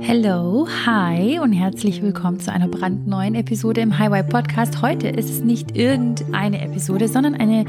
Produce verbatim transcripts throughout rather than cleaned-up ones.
Hello, hi und herzlich willkommen zu einer brandneuen Episode im Hi Vibe Podcast. Heute ist es nicht irgendeine Episode, sondern eine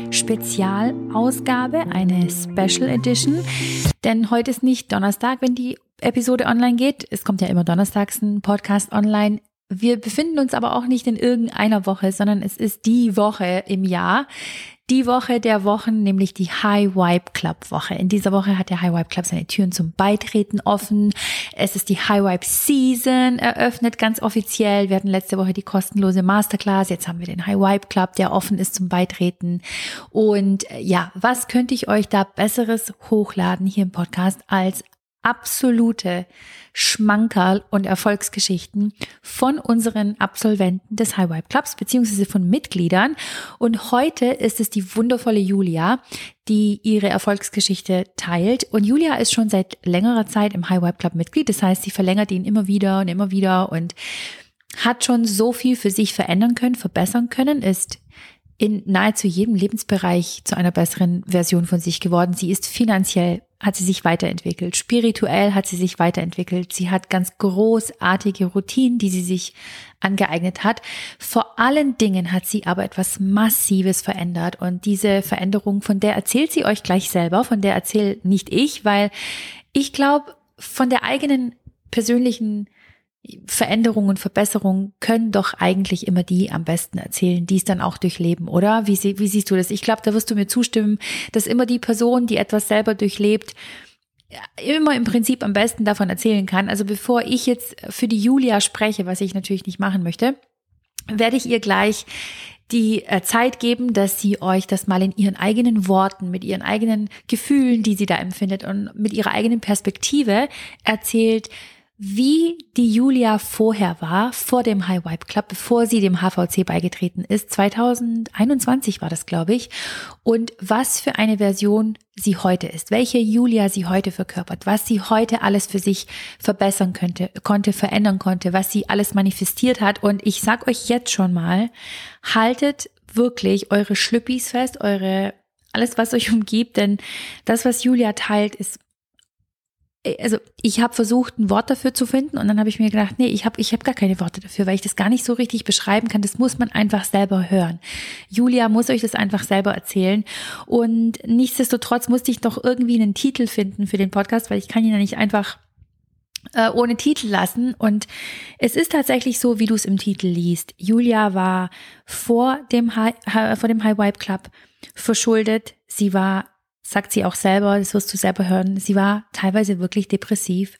Spezialausgabe, eine Special Edition. Denn heute ist nicht Donnerstag, wenn die Episode online geht. Es kommt ja immer donnerstags ein Podcast online. Wir befinden uns aber auch nicht in irgendeiner Woche, sondern es ist die Woche im Jahr. Die Woche der Wochen, nämlich die Hi Vibe Club Woche. In dieser Woche hat der Hi Vibe Club seine Türen zum Beitreten offen. Es ist die Hi Vibe Season eröffnet, ganz offiziell. Wir hatten letzte Woche die kostenlose Masterclass. Jetzt haben wir den Hi Vibe Club, der offen ist zum Beitreten. Und ja, was könnte ich euch da Besseres hochladen hier im Podcast als absolute Schmankerl und Erfolgsgeschichten von unseren Absolventen des Hi Vibe Clubs beziehungsweise von Mitgliedern. Und heute ist es die wundervolle Julia, die ihre Erfolgsgeschichte teilt. Und Julia ist schon seit längerer Zeit im Hi Vibe Club Mitglied. Das heißt, sie verlängert ihn immer wieder und immer wieder und hat schon so viel für sich verändern können, verbessern können, ist in nahezu jedem Lebensbereich zu einer besseren Version von sich geworden. Sie ist finanziell, hat sie sich weiterentwickelt. Spirituell hat sie sich weiterentwickelt. Sie hat ganz großartige Routinen, die sie sich angeeignet hat. Vor allen Dingen hat sie aber etwas Massives verändert. Und diese Veränderung, von der erzählt sie euch gleich selber, von der erzähle nicht ich, weil ich glaube, von der eigenen persönlichen Veränderungen und Verbesserungen können doch eigentlich immer die am besten erzählen, die es dann auch durchleben, oder? Wie, sie, wie siehst du das? Ich glaube, da wirst du mir zustimmen, dass immer die Person, die etwas selber durchlebt, immer im Prinzip am besten davon erzählen kann. Also bevor ich jetzt für die Julia spreche, was ich natürlich nicht machen möchte, werde ich ihr gleich die Zeit geben, dass sie euch das mal in ihren eigenen Worten, mit ihren eigenen Gefühlen, die sie da empfindet und mit ihrer eigenen Perspektive erzählt, wie die Julia vorher war, vor dem Hi Vibe Club, bevor sie dem H V C beigetreten ist. zwanzig einundzwanzig war das, glaube ich. Und was für eine Version sie heute ist, welche Julia sie heute verkörpert, was sie heute alles für sich verbessern könnte, konnte, verändern konnte, was sie alles manifestiert hat. Und ich sag euch jetzt schon mal, haltet wirklich eure Schlüppis fest, eure, alles, was euch umgibt, denn das, was Julia teilt, ist Also ich habe versucht, ein Wort dafür zu finden und dann habe ich mir gedacht, nee, ich habe ich hab gar keine Worte dafür, weil ich das gar nicht so richtig beschreiben kann. Das muss man einfach selber hören. Julia muss euch das einfach selber erzählen und nichtsdestotrotz musste ich doch irgendwie einen Titel finden für den Podcast, weil ich kann ihn ja nicht einfach äh, ohne Titel lassen. Und es ist tatsächlich so, wie du es im Titel liest. Julia war vor dem Hi, vor dem Hi Vibe Club verschuldet. Sie war, sagt sie auch selber, das wirst du selber hören, sie war teilweise wirklich depressiv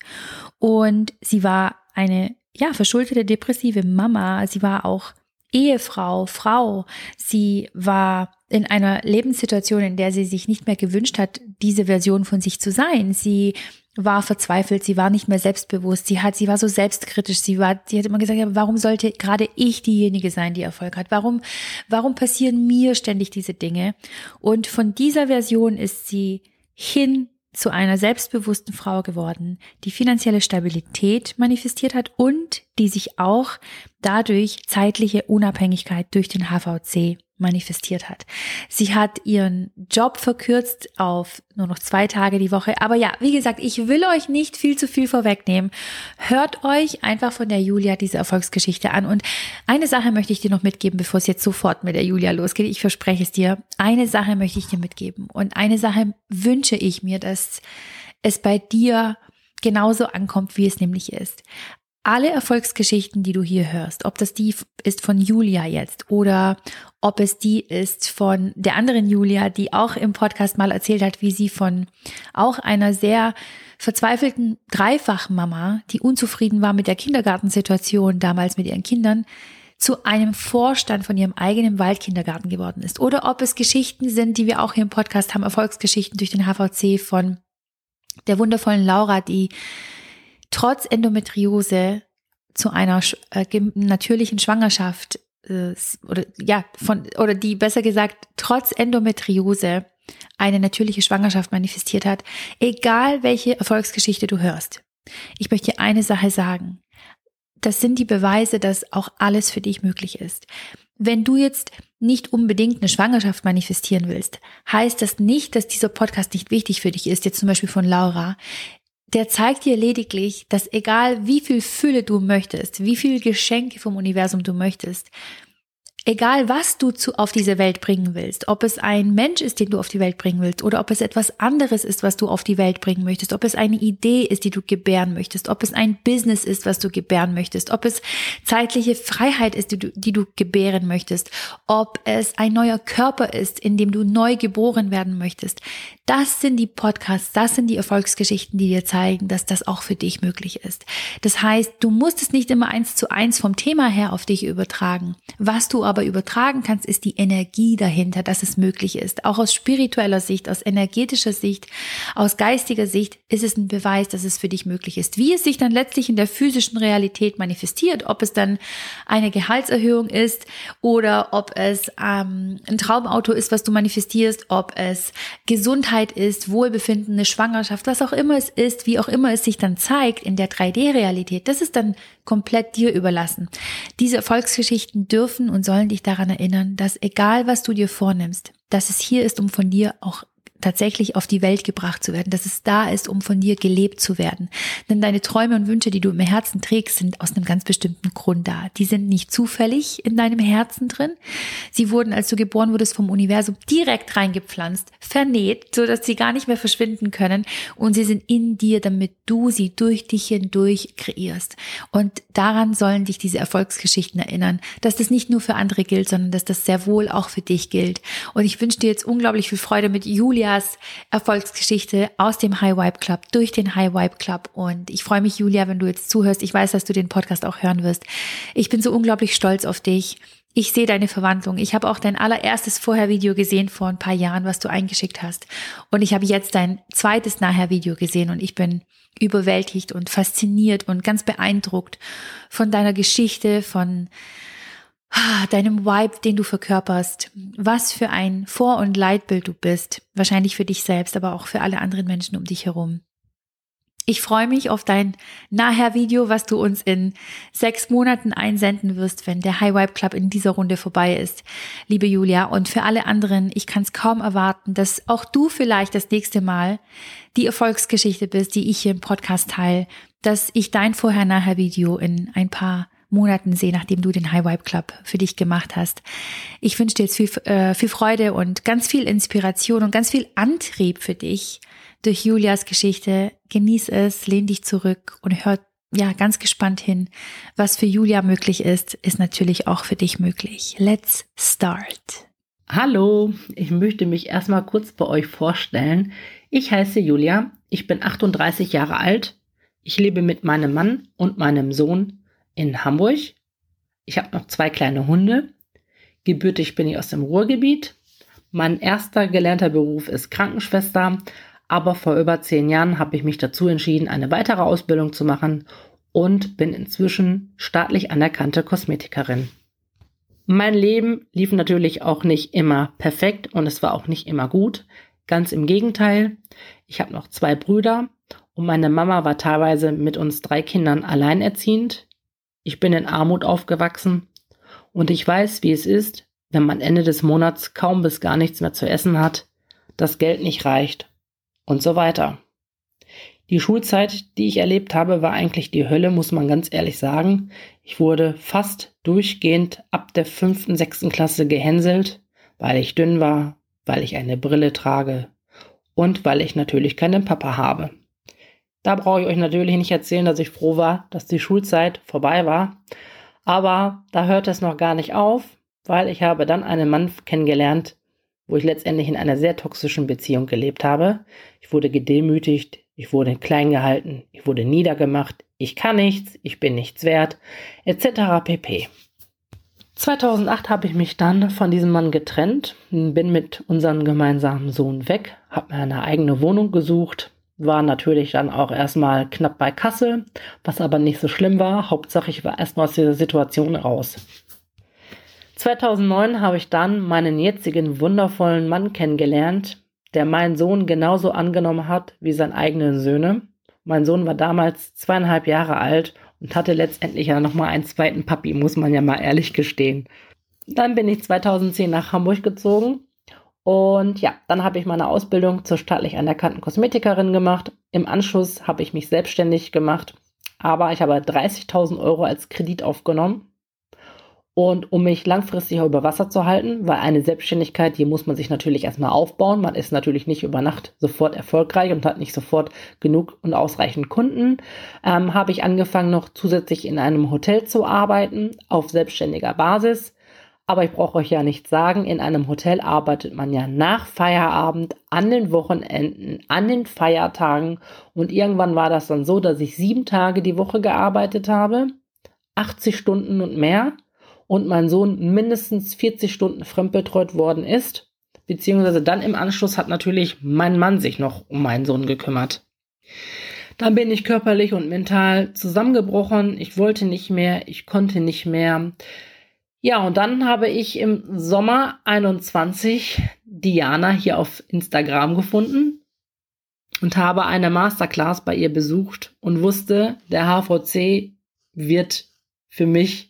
und sie war eine, ja, verschuldete depressive Mama, sie war auch Ehefrau, Frau, sie war in einer Lebenssituation, in der sie sich nicht mehr gewünscht hat, diese Version von sich zu sein. Sie war verzweifelt, sie war nicht mehr selbstbewusst, sie hat, sie war so selbstkritisch, sie war, sie hat immer gesagt, ja, warum sollte gerade ich diejenige sein, die Erfolg hat? Warum, warum passieren mir ständig diese Dinge? Und von dieser Version ist sie hin zu einer selbstbewussten Frau geworden, die finanzielle Stabilität manifestiert hat und die sich auch dadurch zeitliche Unabhängigkeit durch den H V C manifestiert hat. Sie hat ihren Job verkürzt auf nur noch zwei Tage die Woche. Aber ja, wie gesagt, ich will euch nicht viel zu viel vorwegnehmen. Hört euch einfach von der Julia diese Erfolgsgeschichte an. Und eine Sache möchte ich dir noch mitgeben, bevor es jetzt sofort mit der Julia losgeht. Ich verspreche es dir. Eine Sache möchte ich dir mitgeben. Und eine Sache wünsche ich mir, dass es bei dir genauso ankommt, wie es nämlich ist. Alle Erfolgsgeschichten, die du hier hörst, ob das die ist von Julia jetzt oder ob es die ist von der anderen Julia, die auch im Podcast mal erzählt hat, wie sie von auch einer sehr verzweifelten Dreifachmama, die unzufrieden war mit der Kindergartensituation damals mit ihren Kindern, zu einem Vorstand von ihrem eigenen Waldkindergarten geworden ist. Oder ob es Geschichten sind, die wir auch hier im Podcast haben, Erfolgsgeschichten durch den H V C von der wundervollen Laura, die trotz Endometriose zu einer äh, natürlichen Schwangerschaft äh, oder ja von oder die besser gesagt trotz Endometriose eine natürliche Schwangerschaft manifestiert hat, egal welche Erfolgsgeschichte du hörst. Ich möchte dir eine Sache sagen. Das sind die Beweise, dass auch alles für dich möglich ist. Wenn du jetzt nicht unbedingt eine Schwangerschaft manifestieren willst, heißt das nicht, dass dieser Podcast nicht wichtig für dich ist, jetzt zum Beispiel von Laura. der zeigt dir lediglich, dass egal wie viel Fülle du möchtest, wie viel Geschenke vom Universum du möchtest, egal was du zu, auf diese Welt bringen willst, ob es ein Mensch ist, den du auf die Welt bringen willst, oder ob es etwas anderes ist, was du auf die Welt bringen möchtest, ob es eine Idee ist, die du gebären möchtest, ob es ein Business ist, was du gebären möchtest, ob es zeitliche Freiheit ist, die du, die du gebären möchtest, ob es ein neuer Körper ist, in dem du neu geboren werden möchtest. Das sind die Podcasts, das sind die Erfolgsgeschichten, die dir zeigen, dass das auch für dich möglich ist. Das heißt, du musst es nicht immer eins zu eins vom Thema her auf dich übertragen. Was du aber übertragen kannst, ist die Energie dahinter, dass es möglich ist. Auch aus spiritueller Sicht, aus energetischer Sicht, aus geistiger Sicht ist es ein Beweis, dass es für dich möglich ist. Wie es sich dann letztlich in der physischen Realität manifestiert, ob es dann eine Gehaltserhöhung ist oder ob es ähm, ein Traumauto ist, was du manifestierst, ob es Gesundheit ist, Wohlbefinden, eine Schwangerschaft, was auch immer es ist, wie auch immer es sich dann zeigt in der drei D Realität, das ist dann komplett dir überlassen. Diese Erfolgsgeschichten dürfen und sollen dich daran erinnern, dass egal was du dir vornimmst, dass es hier ist, um von dir auch tatsächlich auf die Welt gebracht zu werden, dass es da ist, um von dir gelebt zu werden. Denn deine Träume und Wünsche, die du im Herzen trägst, sind aus einem ganz bestimmten Grund da. Die sind nicht zufällig in deinem Herzen drin. Sie wurden, als du geboren wurdest, vom Universum direkt reingepflanzt, vernäht, sodass sie gar nicht mehr verschwinden können. Und sie sind in dir, damit du sie durch dich hindurch kreierst. Und daran sollen dich diese Erfolgsgeschichten erinnern, dass das nicht nur für andere gilt, sondern dass das sehr wohl auch für dich gilt. Und ich wünsche dir jetzt unglaublich viel Freude mit Julia Erfolgsgeschichte aus dem High Vibe Club, durch den High Vibe Club. Und ich freue mich, Julia, wenn du jetzt zuhörst. Ich weiß, dass du den Podcast auch hören wirst. Ich bin so unglaublich stolz auf dich. Ich sehe deine Verwandlung. Ich habe auch dein allererstes Vorher-Video gesehen vor ein paar Jahren, was du eingeschickt hast. Und ich habe jetzt dein zweites Nachher-Video gesehen und ich bin überwältigt und fasziniert und ganz beeindruckt von deiner Geschichte, von deinem Vibe, den du verkörperst, was für ein Vor- und Leitbild du bist, wahrscheinlich für dich selbst, aber auch für alle anderen Menschen um dich herum. Ich freue mich auf dein Nachher-Video, was du uns in sechs Monaten einsenden wirst, wenn der High Vibe Club in dieser Runde vorbei ist, liebe Julia. Und für alle anderen, ich kann es kaum erwarten, dass auch du vielleicht das nächste Mal die Erfolgsgeschichte bist, die ich hier im Podcast teile, dass ich dein Vorher-Nachher-Video in ein paar Monaten sehe, nachdem du den High Vibe Club für dich gemacht hast. Ich wünsche dir jetzt viel, äh, viel Freude und ganz viel Inspiration und ganz viel Antrieb für dich durch Julias Geschichte. Genieß es, lehn dich zurück und hör ja ganz gespannt hin. Was für Julia möglich ist, ist natürlich auch für dich möglich. Let's start. Hallo, ich möchte mich erstmal kurz bei euch vorstellen. Ich heiße Julia, ich bin achtunddreißig Jahre alt. Ich lebe mit meinem Mann und meinem Sohn in Hamburg. Ich habe noch zwei kleine Hunde. Gebürtig bin ich aus dem Ruhrgebiet. Mein erster gelernter Beruf ist Krankenschwester, aber vor über zehn Jahren habe ich mich dazu entschieden, eine weitere Ausbildung zu machen und bin inzwischen staatlich anerkannte Kosmetikerin. Mein Leben lief natürlich auch nicht immer perfekt und es war auch nicht immer gut. Ganz im Gegenteil. Ich habe noch zwei Brüder und meine Mama war teilweise mit uns drei Kindern alleinerziehend. Ich bin in Armut aufgewachsen und ich weiß, wie es ist, wenn man Ende des Monats kaum bis gar nichts mehr zu essen hat, das Geld nicht reicht und so weiter. Die Schulzeit, die ich erlebt habe, war eigentlich die Hölle, muss man ganz ehrlich sagen. Ich wurde fast durchgehend ab der fünften, sechsten Klasse gehänselt, weil ich dünn war, weil ich eine Brille trage und weil ich natürlich keinen Papa habe. Da brauche ich euch natürlich nicht erzählen, dass ich froh war, dass die Schulzeit vorbei war. Aber da hört es noch gar nicht auf, weil ich habe dann einen Mann kennengelernt, wo ich letztendlich in einer sehr toxischen Beziehung gelebt habe. Ich wurde gedemütigt, ich wurde klein gehalten, ich wurde niedergemacht, ich kann nichts, ich bin nichts wert, et cetera pp. zweitausendacht habe ich mich dann von diesem Mann getrennt, bin mit unserem gemeinsamen Sohn weg, habe mir eine eigene Wohnung gesucht, war natürlich dann auch erstmal knapp bei Kasse, was aber nicht so schlimm war. Hauptsache, ich war erstmal aus dieser Situation raus. zweitausendneun habe ich dann meinen jetzigen wundervollen Mann kennengelernt, der meinen Sohn genauso angenommen hat wie seine eigenen Söhne. Mein Sohn war damals zweieinhalb Jahre alt und hatte letztendlich ja nochmal einen zweiten Papi, muss man ja mal ehrlich gestehen. Dann bin ich zweitausendzehn nach Hamburg gezogen Und ja, dann habe ich meine Ausbildung zur staatlich anerkannten Kosmetikerin gemacht. Im Anschluss habe ich mich selbstständig gemacht, aber ich habe dreißigtausend Euro als Kredit aufgenommen. Und um mich langfristig auch über Wasser zu halten, weil eine Selbstständigkeit, die muss man sich natürlich erstmal aufbauen. Man ist natürlich nicht über Nacht sofort erfolgreich und hat nicht sofort genug und ausreichend Kunden. Ähm, habe ich angefangen, noch zusätzlich in einem Hotel zu arbeiten, auf selbstständiger Basis. Aber ich brauche euch ja nicht sagen, in einem Hotel arbeitet man ja nach Feierabend, an den Wochenenden, an den Feiertagen. Und irgendwann war das dann so, dass ich sieben Tage die Woche gearbeitet habe, achtzig Stunden und mehr. Und mein Sohn mindestens vierzig Stunden fremdbetreut worden ist, beziehungsweise dann im Anschluss hat natürlich mein Mann sich noch um meinen Sohn gekümmert. Dann bin ich körperlich und mental zusammengebrochen, ich wollte nicht mehr, ich konnte nicht mehr. Ja, und dann habe ich im Sommer einundzwanzig Diana hier auf Instagram gefunden und habe eine Masterclass bei ihr besucht und wusste, der H V C wird für mich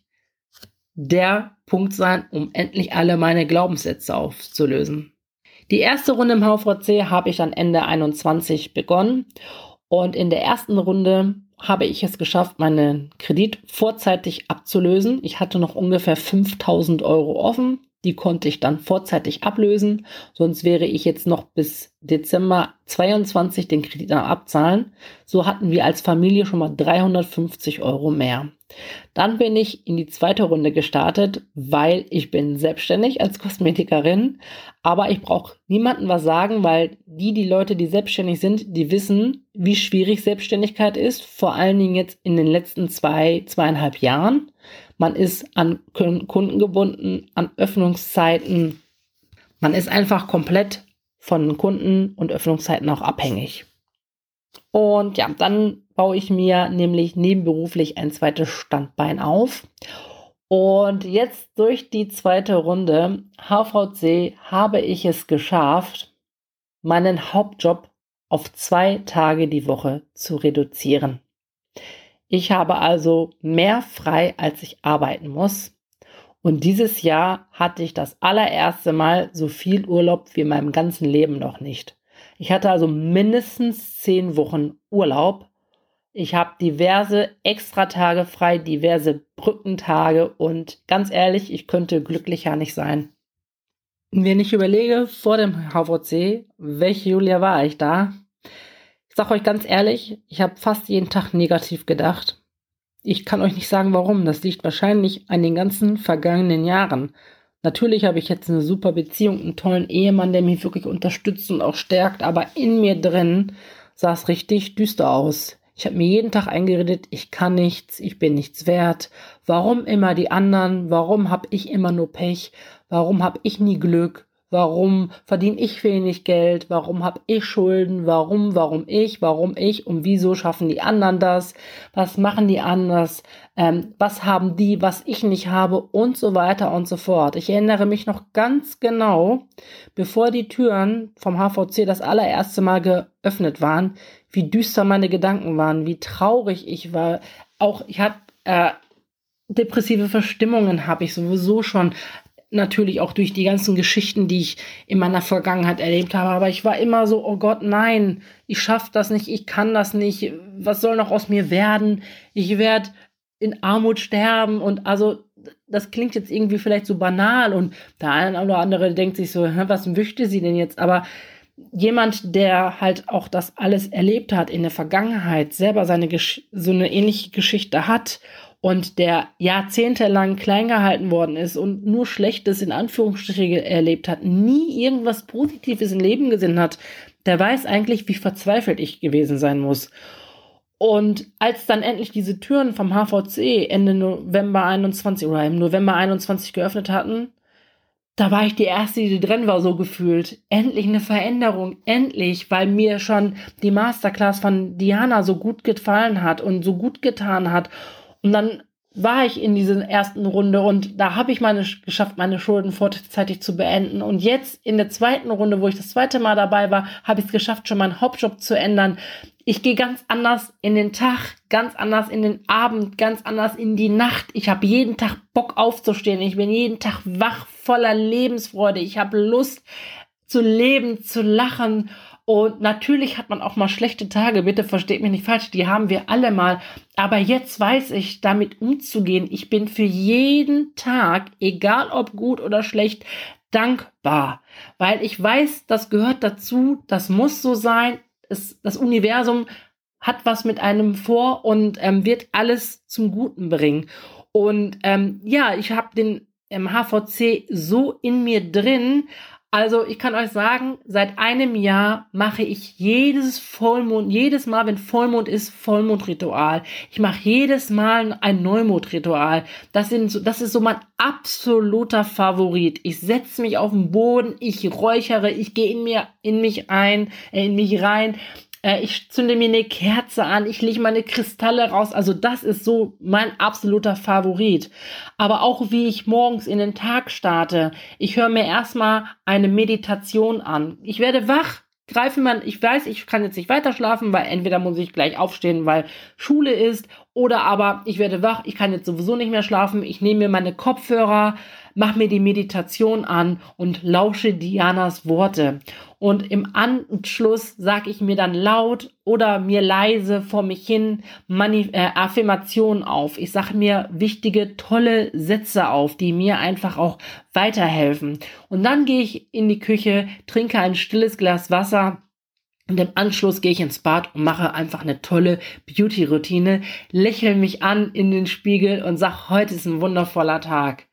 der Punkt sein, um endlich alle meine Glaubenssätze aufzulösen. Die erste Runde im H V C habe ich dann Ende einundzwanzig begonnen und in der ersten Runde habe ich es geschafft, meinen Kredit vorzeitig abzulösen. Ich hatte noch ungefähr fünftausend Euro offen, die konnte ich dann vorzeitig ablösen, sonst wäre ich jetzt noch bis Dezember zweiundzwanzig den Kredit dann abzahlen. So hatten wir als Familie schon mal dreihundertfünfzig Euro mehr. Dann bin ich in die zweite Runde gestartet, weil ich bin selbstständig als Kosmetikerin, aber ich brauche niemandem was sagen, weil die, die Leute, die selbstständig sind, die wissen, wie schwierig Selbstständigkeit ist, vor allen Dingen jetzt in den letzten zwei, zweieinhalb Jahren. Man ist an Kunden gebunden, an Öffnungszeiten. Man ist einfach komplett von Kunden und Öffnungszeiten auch abhängig. Und ja, dann baue ich mir nämlich nebenberuflich ein zweites Standbein auf. Und jetzt durch die zweite Runde H V C habe ich es geschafft, meinen Hauptjob auf zwei Tage die Woche zu reduzieren. Ich habe also mehr frei, als ich arbeiten muss. Und dieses Jahr hatte ich das allererste Mal so viel Urlaub wie in meinem ganzen Leben noch nicht. Ich hatte also mindestens zehn Wochen Urlaub. Ich habe diverse Extratage frei, diverse Brückentage und ganz ehrlich, ich könnte glücklicher nicht sein. Wenn ich überlege, vor dem H V C, welche Julia war ich da? Ich sage euch ganz ehrlich, ich habe fast jeden Tag negativ gedacht. Ich kann euch nicht sagen, warum. Das liegt wahrscheinlich an den ganzen vergangenen Jahren. Natürlich habe ich jetzt eine super Beziehung, einen tollen Ehemann, der mich wirklich unterstützt und auch stärkt, aber in mir drin sah es richtig düster aus. Ich habe mir jeden Tag eingeredet, ich kann nichts, ich bin nichts wert. Warum immer die anderen? Warum habe ich immer nur Pech? Warum habe ich nie Glück? Warum verdiene ich wenig Geld? Warum habe ich Schulden? Warum, warum ich? Warum ich? Und wieso schaffen die anderen das? Was machen die anders? Ähm, was haben die, was ich nicht habe? Und so weiter und so fort. Ich erinnere mich noch ganz genau, bevor die Türen vom H V C das allererste Mal geöffnet waren, wie düster meine Gedanken waren, wie traurig ich war. Auch ich hatte äh, depressive Verstimmungen, habe ich sowieso schon. Natürlich auch durch die ganzen Geschichten, die ich in meiner Vergangenheit erlebt habe. Aber ich war immer so, oh Gott, nein, ich schaffe das nicht, ich kann das nicht. Was soll noch aus mir werden? Ich werde in Armut sterben. Und also, das klingt jetzt irgendwie vielleicht so banal. Und der eine oder andere denkt sich so, was möchte sie denn jetzt? Aber jemand, der halt auch das alles erlebt hat in der Vergangenheit, selber seine Gesch- so eine ähnliche Geschichte hat und der jahrzehntelang klein gehalten worden ist und nur Schlechtes in Anführungsstrichen erlebt hat, nie irgendwas Positives im Leben gesehen hat, der weiß eigentlich, wie verzweifelt ich gewesen sein muss. Und als dann endlich diese Türen vom H V C Ende November einundzwanzig oder im November einundzwanzig geöffnet hatten, da war ich die Erste, die drin war, so gefühlt. Endlich eine Veränderung, endlich, weil mir schon die Masterclass von Diana so gut gefallen hat und so gut getan hat. Und dann war ich in dieser ersten Runde und da habe ich meine geschafft, meine Schulden vorzeitig zu beenden. Und jetzt in der zweiten Runde, wo ich das zweite Mal dabei war, habe ich es geschafft, schon meinen Hauptjob zu ändern. Ich gehe ganz anders in den Tag, ganz anders in den Abend, ganz anders in die Nacht. Ich habe jeden Tag Bock aufzustehen. Ich bin jeden Tag wach, voller Lebensfreude. Ich habe Lust zu leben, zu lachen. Und natürlich hat man auch mal schlechte Tage, bitte versteht mich nicht falsch, die haben wir alle mal. Aber jetzt weiß ich, damit umzugehen. Ich bin für jeden Tag, egal ob gut oder schlecht, dankbar. Weil ich weiß, das gehört dazu, das muss so sein. Es, das Universum hat was mit einem vor und ähm, wird alles zum Guten bringen. Und ähm, ja, ich habe den ähm, H V C so in mir drin. Also ich kann euch sagen, seit einem Jahr mache ich jedes Vollmond, jedes Mal, wenn Vollmond ist, Vollmondritual. Ich mache jedes Mal ein Neumondritual. Das sind so, das ist so mein absoluter Favorit. Ich setze mich auf den Boden, ich räuchere, ich gehe in mir, in mich ein, äh, in mich rein. Ich zünde mir eine Kerze an, ich lege meine Kristalle raus. Also das ist so mein absoluter Favorit. Aber auch wie ich morgens in den Tag starte. Ich höre mir erstmal eine Meditation an. Ich werde wach, greife man, ich weiß, ich kann jetzt nicht weiter schlafen, weil entweder muss ich gleich aufstehen, weil Schule ist, oder aber ich werde wach, ich kann jetzt sowieso nicht mehr schlafen. Ich nehme mir meine Kopfhörer, mache mir die Meditation an und lausche Dianas Worte. Und im Anschluss sage ich mir dann laut oder mir leise vor mich hin Mani- äh, Affirmationen auf. Ich sage mir wichtige, tolle Sätze auf, die mir einfach auch weiterhelfen. Und dann gehe ich in die Küche, trinke ein stilles Glas Wasser. Und im Anschluss gehe ich ins Bad und mache einfach eine tolle Beauty-Routine, lächle mich an in den Spiegel und sage, heute ist ein wundervoller Tag.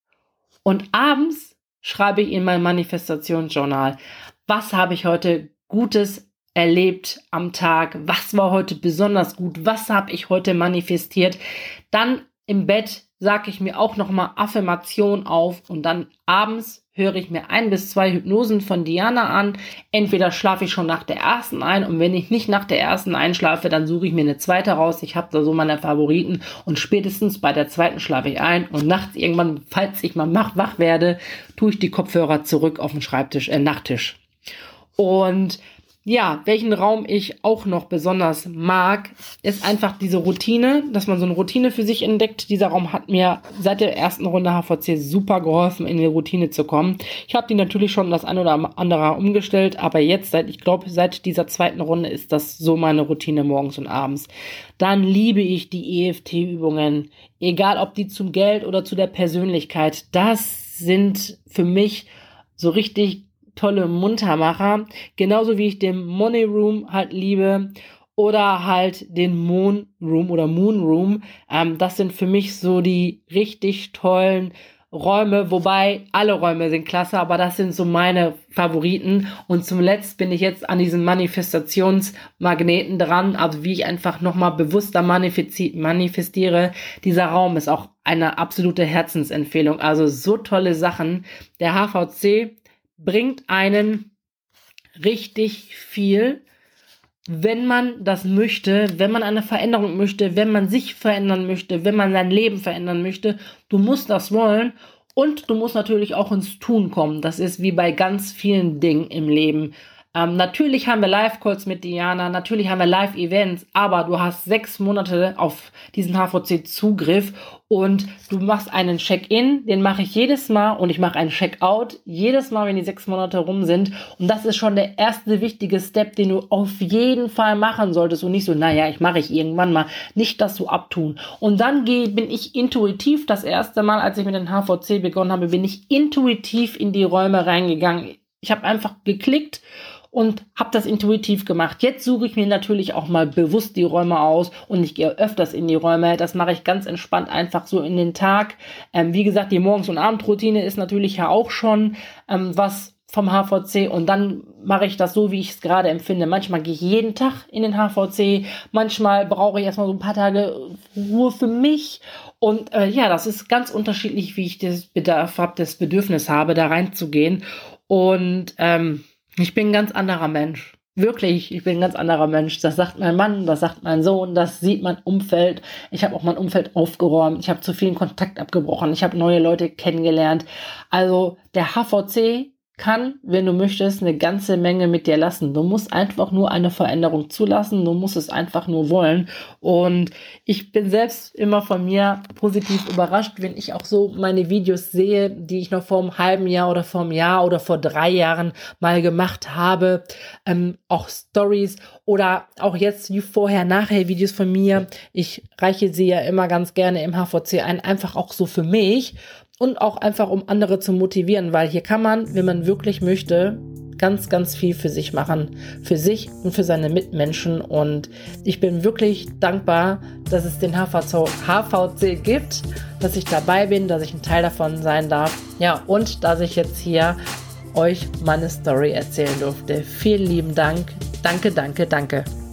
Und abends schreibe ich in mein Manifestationsjournal, was habe ich heute Gutes erlebt am Tag, was war heute besonders gut, was habe ich heute manifestiert. Dann im Bett sage ich mir auch nochmal Affirmation auf und dann abends höre ich mir ein bis zwei Hypnosen von Diana an. Entweder schlafe ich schon nach der ersten ein und wenn ich nicht nach der ersten einschlafe, dann suche ich mir eine zweite raus. Ich habe da so meine Favoriten und spätestens bei der zweiten schlafe ich ein und nachts irgendwann, falls ich mal wach werde, tue ich die Kopfhörer zurück auf den Schreibtisch, äh, Nachttisch. Und ja, welchen Raum ich auch noch besonders mag, ist einfach diese Routine, dass man so eine Routine für sich entdeckt. Dieser Raum hat mir seit der ersten Runde H V C super geholfen, in die Routine zu kommen. Ich habe die natürlich schon das ein oder andere umgestellt, aber jetzt, seit ich glaube, seit dieser zweiten Runde ist das so meine Routine morgens und abends. Dann liebe ich die E F T-Übungen, egal ob die zum Geld oder zu der Persönlichkeit. Das sind für mich so richtig tolle Muntermacher, genauso wie ich den Money Room halt liebe oder halt den Moon Room oder Moon Room. Ähm, das sind für mich so die richtig tollen Räume, wobei alle Räume sind klasse, aber das sind so meine Favoriten. Und zum Letzten bin ich jetzt an diesen Manifestationsmagneten dran, also wie ich einfach nochmal bewusster manifesti- manifestiere. Dieser Raum ist auch eine absolute Herzensempfehlung, also so tolle Sachen. Der H V C bringt einen richtig viel, wenn man das möchte, wenn man eine Veränderung möchte, wenn man sich verändern möchte, wenn man sein Leben verändern möchte. Du musst das wollen und du musst natürlich auch ins Tun kommen. Das ist wie bei ganz vielen Dingen im Leben. Ähm, natürlich haben wir Live-Calls mit Diana, natürlich haben wir Live-Events, aber du hast sechs Monate auf diesen H V C Zugriff und du machst einen Check-in, den mache ich jedes Mal und ich mache einen Check-out jedes Mal, wenn die sechs Monate rum sind. Und das ist schon der erste wichtige Step, den du auf jeden Fall machen solltest und nicht so, naja, ich mache ich irgendwann mal, nicht das so abtun. Und dann geh, bin ich intuitiv, das erste Mal, als ich mit dem H V C begonnen habe, bin ich intuitiv in die Räume reingegangen. Ich habe einfach geklickt und habe das intuitiv gemacht. Jetzt suche ich mir natürlich auch mal bewusst die Räume aus und ich gehe öfters in die Räume. Das mache ich ganz entspannt einfach so in den Tag. Ähm, wie gesagt, die Morgens- und Abendroutine ist natürlich ja auch schon ähm, was vom H V C und dann mache ich das so, wie ich es gerade empfinde. Manchmal gehe ich jeden Tag in den H V C, manchmal brauche ich erstmal so ein paar Tage Ruhe für mich und äh, ja, das ist ganz unterschiedlich, wie ich das Bedarf habe, das Bedürfnis habe, da reinzugehen und ähm, ich bin ein ganz anderer Mensch. Wirklich, ich bin ein ganz anderer Mensch. Das sagt mein Mann, das sagt mein Sohn, das sieht mein Umfeld. Ich habe auch mein Umfeld aufgeräumt. Ich habe zu vielen Kontakt abgebrochen. Ich habe neue Leute kennengelernt. Also der H V C kann, wenn du möchtest, eine ganze Menge mit dir lassen. Du musst einfach nur eine Veränderung zulassen, du musst es einfach nur wollen. Und ich bin selbst immer von mir positiv überrascht, wenn ich auch so meine Videos sehe, die ich noch vor einem halben Jahr oder vor einem Jahr oder vor drei Jahren mal gemacht habe. Ähm, auch Stories oder auch jetzt die Vorher-Nachher-Videos von mir. Ich reiche sie ja immer ganz gerne im H V C ein, einfach auch so für mich. Und auch einfach, um andere zu motivieren, weil hier kann man, wenn man wirklich möchte, ganz, ganz viel für sich machen. Für sich und für seine Mitmenschen. Und ich bin wirklich dankbar, dass es den H V C gibt, dass ich dabei bin, dass ich ein Teil davon sein darf. Ja, und dass ich jetzt hier euch meine Story erzählen durfte. Vielen lieben Dank. Danke, danke, danke.